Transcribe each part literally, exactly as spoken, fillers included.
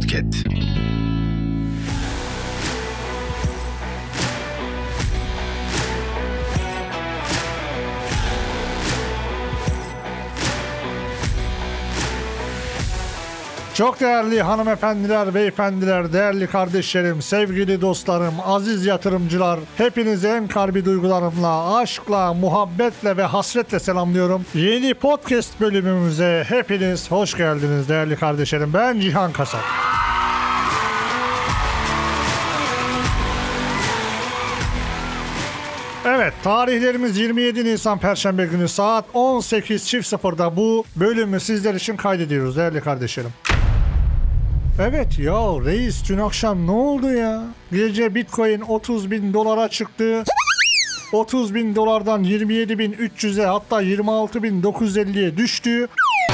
Podcast. Çok değerli hanımefendiler, beyefendiler, değerli kardeşlerim, sevgili dostlarım, aziz yatırımcılar, hepinizi en kalbi duygularımla, aşkla, muhabbetle ve hasretle selamlıyorum. Yeni podcast bölümümüze hepiniz hoş geldiniz değerli kardeşlerim. Ben Cihan Kasap. Evet, tarihlerimiz yirmi yedi Nisan Perşembe günü saat on sekiz sıfırda bu bölümü sizler için kaydediyoruz değerli kardeşlerim. Evet ya reis, dün akşam ne oldu ya? Gece Bitcoin otuz bin dolara çıktı. otuz bin dolardan yirmi yedi bin üç yüze, hatta yirmi altı bin dokuz yüz elliye düştü.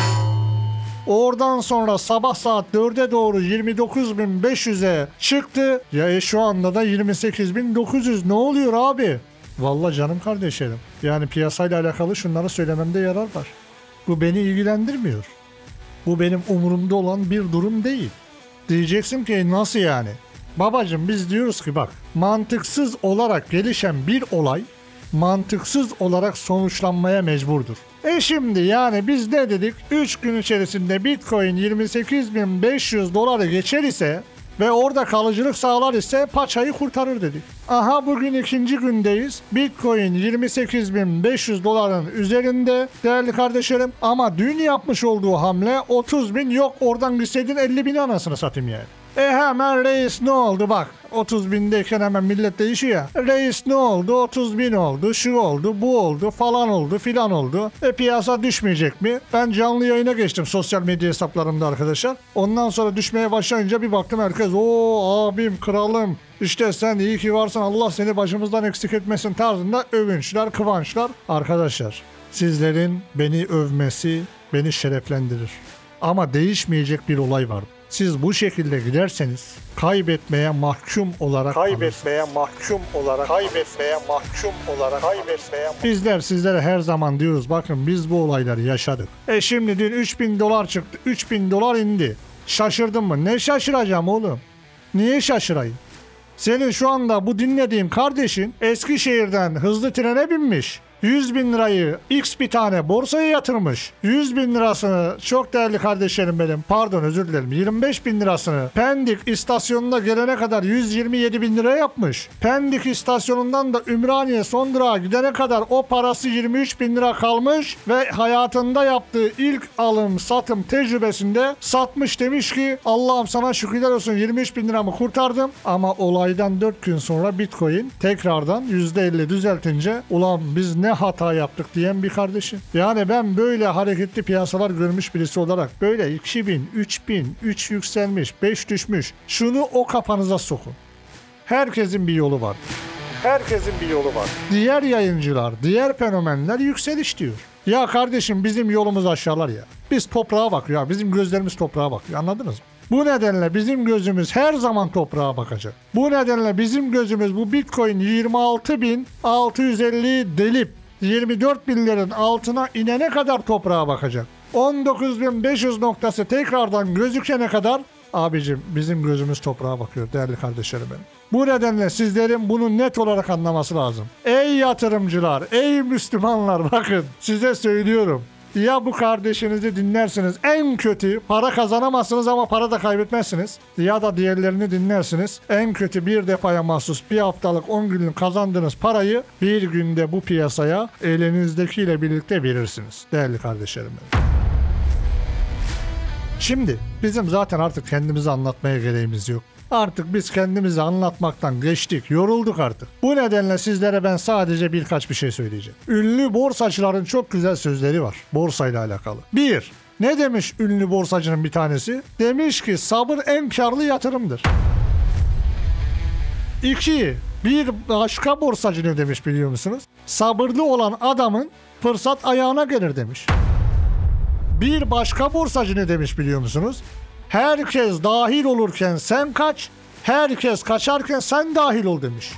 Oradan sonra sabah saat dörde doğru yirmi dokuz bin beş yüze çıktı. Ya e, şu anda da yirmi sekiz bin dokuz yüz. Ne oluyor abi? Vallahi canım kardeşlerim. Yani piyasayla alakalı şunları söylememde yarar var. Bu beni ilgilendirmiyor. Bu benim umurumda olan bir durum değil. Diyeceksin ki nasıl yani? Babacım biz diyoruz ki bak, mantıksız olarak gelişen bir olay mantıksız olarak sonuçlanmaya mecburdur. E şimdi yani biz ne dedik? üç gün içerisinde Bitcoin yirmi sekiz bin beş yüz doları geçer ise ve orada kalıcılık sağlar ise paçayı kurtarır dedik. Aha bugün ikinci gündeyiz. Bitcoin yirmi sekiz bin beş yüz doların üzerinde değerli kardeşlerim. Ama dün yapmış olduğu hamle otuz bin, yok oradan gitseydin elli bin anasını satayım yani. E hemen reis ne oldu bak, otuz bindeyken hemen millet değişiyor ya. Reis ne oldu, otuz bin oldu, şu oldu, bu oldu, falan oldu, filan oldu. E piyasa düşmeyecek mi? Ben canlı yayına geçtim sosyal medya hesaplarımda arkadaşlar. Ondan sonra düşmeye başlayınca bir baktım herkes o abim, kralım, İşte sen iyi ki varsın, Allah seni başımızdan eksik etmesin tarzında övünçler, kıvançlar. Arkadaşlar sizlerin beni övmesi beni şereflendirir. Ama değişmeyecek bir olay var. Siz bu şekilde giderseniz kaybetmeye mahkum olarak kaybetmeye kalırsınız. mahkum olarak kaybetmeye mahkum olarak kaybetmeye Bizler sizlere her zaman diyoruz, bakın biz bu olayları yaşadık. E şimdi dün üç bin dolar çıktı, üç bin dolar indi. Şaşırdın mı? Ne şaşıracağım oğlum? Niye şaşırayım? Senin şu anda bu dinlediğin kardeşin Eskişehir'den hızlı trene binmiş. yüz bin lirayı X bir tane borsaya yatırmış. yüz bin lirasını, çok değerli kardeşlerim benim, pardon özür dilerim, yirmi beş bin lirasını Pendik istasyonuna gelene kadar yüz yirmi yedi bin lira yapmış. Pendik istasyonundan da Ümraniye son durağa gidene kadar o parası yirmi üç bin lira kalmış ve hayatında yaptığı ilk alım satım tecrübesinde satmış, demiş ki Allah'ım sana şükürler olsun, yirmi üç bin liramı kurtardım. Ama olaydan dört gün sonra Bitcoin tekrardan yüzde elli düzeltince ulan biz ne hata yaptık diyen bir kardeşim. Yani ben böyle hareketli piyasalar görmüş birisi olarak böyle iki bin, üç bin, üç yükselmiş, beş düşmüş. Şunu o kafanıza sokun. Herkesin bir yolu var. Herkesin bir yolu var. Diğer yayıncılar, diğer fenomenler yükseliş diyor. Ya kardeşim bizim yolumuz aşağılar ya. Biz toprağa bakıyor ya. Bizim gözlerimiz toprağa bakıyor. Anladınız mı? Bu nedenle bizim gözümüz her zaman toprağa bakacak. Bu nedenle bizim gözümüz bu Bitcoin yirmi altı bin altı yüz elli delip yirmi dört binlerin altına inene kadar toprağa bakacak. on dokuz bin beş yüz noktası tekrardan gözükene kadar abicim bizim gözümüz toprağa bakıyor değerli kardeşlerim benim. Bu nedenle sizlerin bunu net olarak anlaması lazım. Ey yatırımcılar, ey Müslümanlar, bakın size söylüyorum. Ya bu kardeşinizi dinlersiniz, en kötü para kazanamazsınız ama para da kaybetmezsiniz. Ya da diğerlerini dinlersiniz, en kötü bir defaya mahsus bir haftalık on günlük kazandığınız parayı bir günde bu piyasaya elinizdekiyle birlikte verirsiniz değerli kardeşlerim benim. Şimdi bizim zaten artık kendimizi anlatmaya gereğimiz yok. Artık biz kendimizi anlatmaktan geçtik, yorulduk artık. Bu nedenle sizlere ben sadece birkaç bir şey söyleyeceğim. Ünlü borsacıların çok güzel sözleri var borsayla alakalı. Bir, ne demiş ünlü borsacının bir tanesi? Demiş ki sabır en karlı yatırımdır. İki, bir başka borsacı ne demiş biliyor musunuz? Sabırlı olan adamın fırsat ayağına gelir demiş. Bir başka borsacı ne demiş biliyor musunuz? Herkes dahil olurken sen kaç, herkes kaçarken sen dahil ol demiş.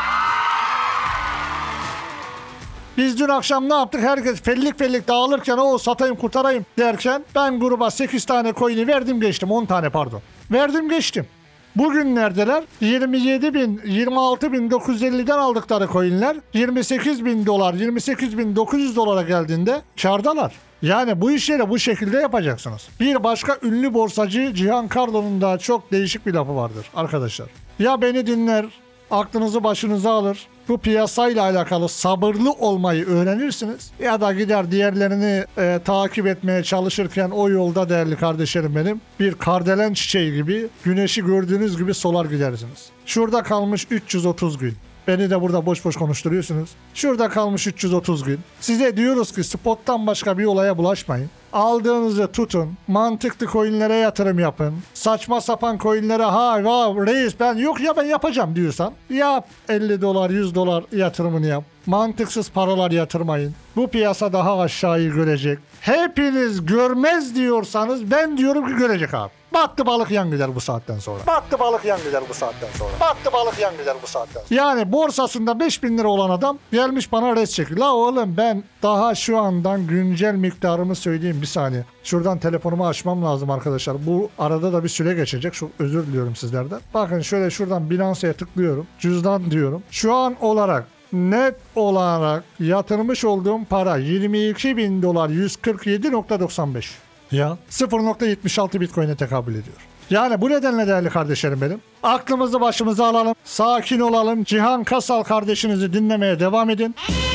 Biz dün akşam ne yaptık? Herkes fellik fellik dağılırken o satayım kurtarayım derken ben gruba sekiz tane coin'i verdim geçtim, on tane pardon. Verdim geçtim. Bugün neredeler? yirmi yedi bin, yirmi altı bin dokuz yüz elliden aldıkları coinler yirmi sekiz bin dolar, yirmi sekiz bin dokuz yüz dolara geldiğinde kârdalar. Yani bu işleri bu şekilde yapacaksınız. Bir başka ünlü borsacı Cihan Carlo'nun da çok değişik bir lafı vardır arkadaşlar. Ya beni dinler, aklınızı başınıza alır, bu piyasayla alakalı sabırlı olmayı öğrenirsiniz. Ya da gider diğerlerini e, takip etmeye çalışırken o yolda değerli kardeşlerim benim bir kardelen çiçeği gibi güneşi gördüğünüz gibi solar gidersiniz. Şurada kalmış üç yüz otuz gün. Beni de burada boş boş konuşturuyorsunuz. Şurada kalmış üç yüz otuz gün. Size diyoruz ki spottan başka bir olaya bulaşmayın. Aldığınızı tutun. Mantıklı coinlere yatırım yapın. Saçma sapan coinlere ha wow, reis ben yok ya ben yapacağım diyorsan yap. elli dolar yüz dolar yatırımını yap. Mantıksız paralar yatırmayın. Bu piyasa daha aşağıyı görecek. Hepiniz görmez diyorsanız ben diyorum ki görecek abi. Battı balık yan gider bu saatten sonra. Battı balık yan gider bu saatten sonra. Battı balık yan gider bu saatten sonra. Yani borsasında beş bin lira olan adam gelmiş bana res çekiyor. La oğlum ben daha şu andan güncel miktarımı söyleyeyim bir saniye. Şuradan telefonumu açmam lazım arkadaşlar. Bu arada da bir süre geçecek. Çok özür diliyorum sizlerden. Bakın şöyle şuradan Binance'ye tıklıyorum. Cüzdan diyorum. Şu an olarak net olarak yatırmış olduğum para yirmi iki bin dolar yüz kırk yedi nokta doksan beş. Ya sıfır nokta yetmiş altı Bitcoin'e tekabül ediyor. Yani bu nedenle değerli kardeşlerim benim. Aklımızı başımıza alalım. Sakin olalım. Cihan Kasal kardeşinizi dinlemeye devam edin.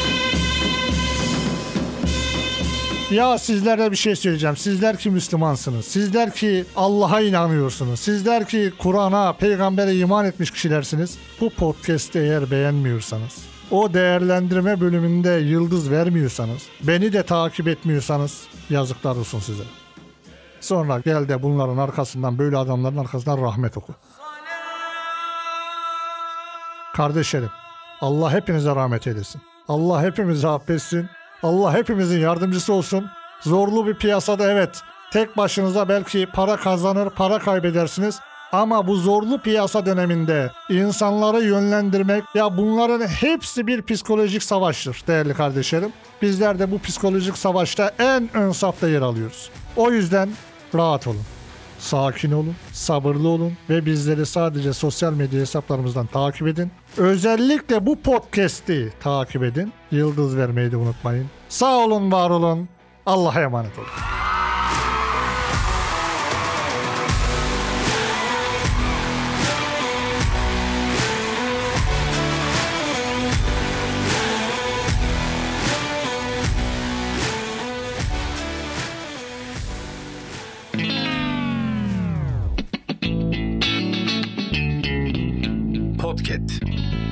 Ya sizlere bir şey söyleyeceğim. Sizler ki Müslümansınız. Sizler ki Allah'a inanıyorsunuz. Sizler ki Kur'an'a, peygambere iman etmiş kişilersiniz. Bu podcast'i eğer beğenmiyorsanız, o değerlendirme bölümünde yıldız vermiyorsanız, beni de takip etmiyorsanız yazıklar olsun size. Sonra gel de bunların arkasından, böyle adamların arkasından rahmet oku. Kardeşlerim, Allah hepinize rahmet eylesin. Allah hepimizi affetsin. Allah hepimizin yardımcısı olsun. Zorlu bir piyasada evet, tek başınıza belki para kazanır, para kaybedersiniz. Ama bu zorlu piyasa döneminde insanları yönlendirmek, ya bunların hepsi bir psikolojik savaştır değerli kardeşlerim. Bizler de bu psikolojik savaşta en ön safta yer alıyoruz. O yüzden rahat olun, sakin olun, sabırlı olun ve bizleri sadece sosyal medya hesaplarımızdan takip edin. Özellikle bu podcast'i takip edin. Yıldız vermeyi de unutmayın. Sağ olun, var olun. Allah'a emanet olun. Podcast.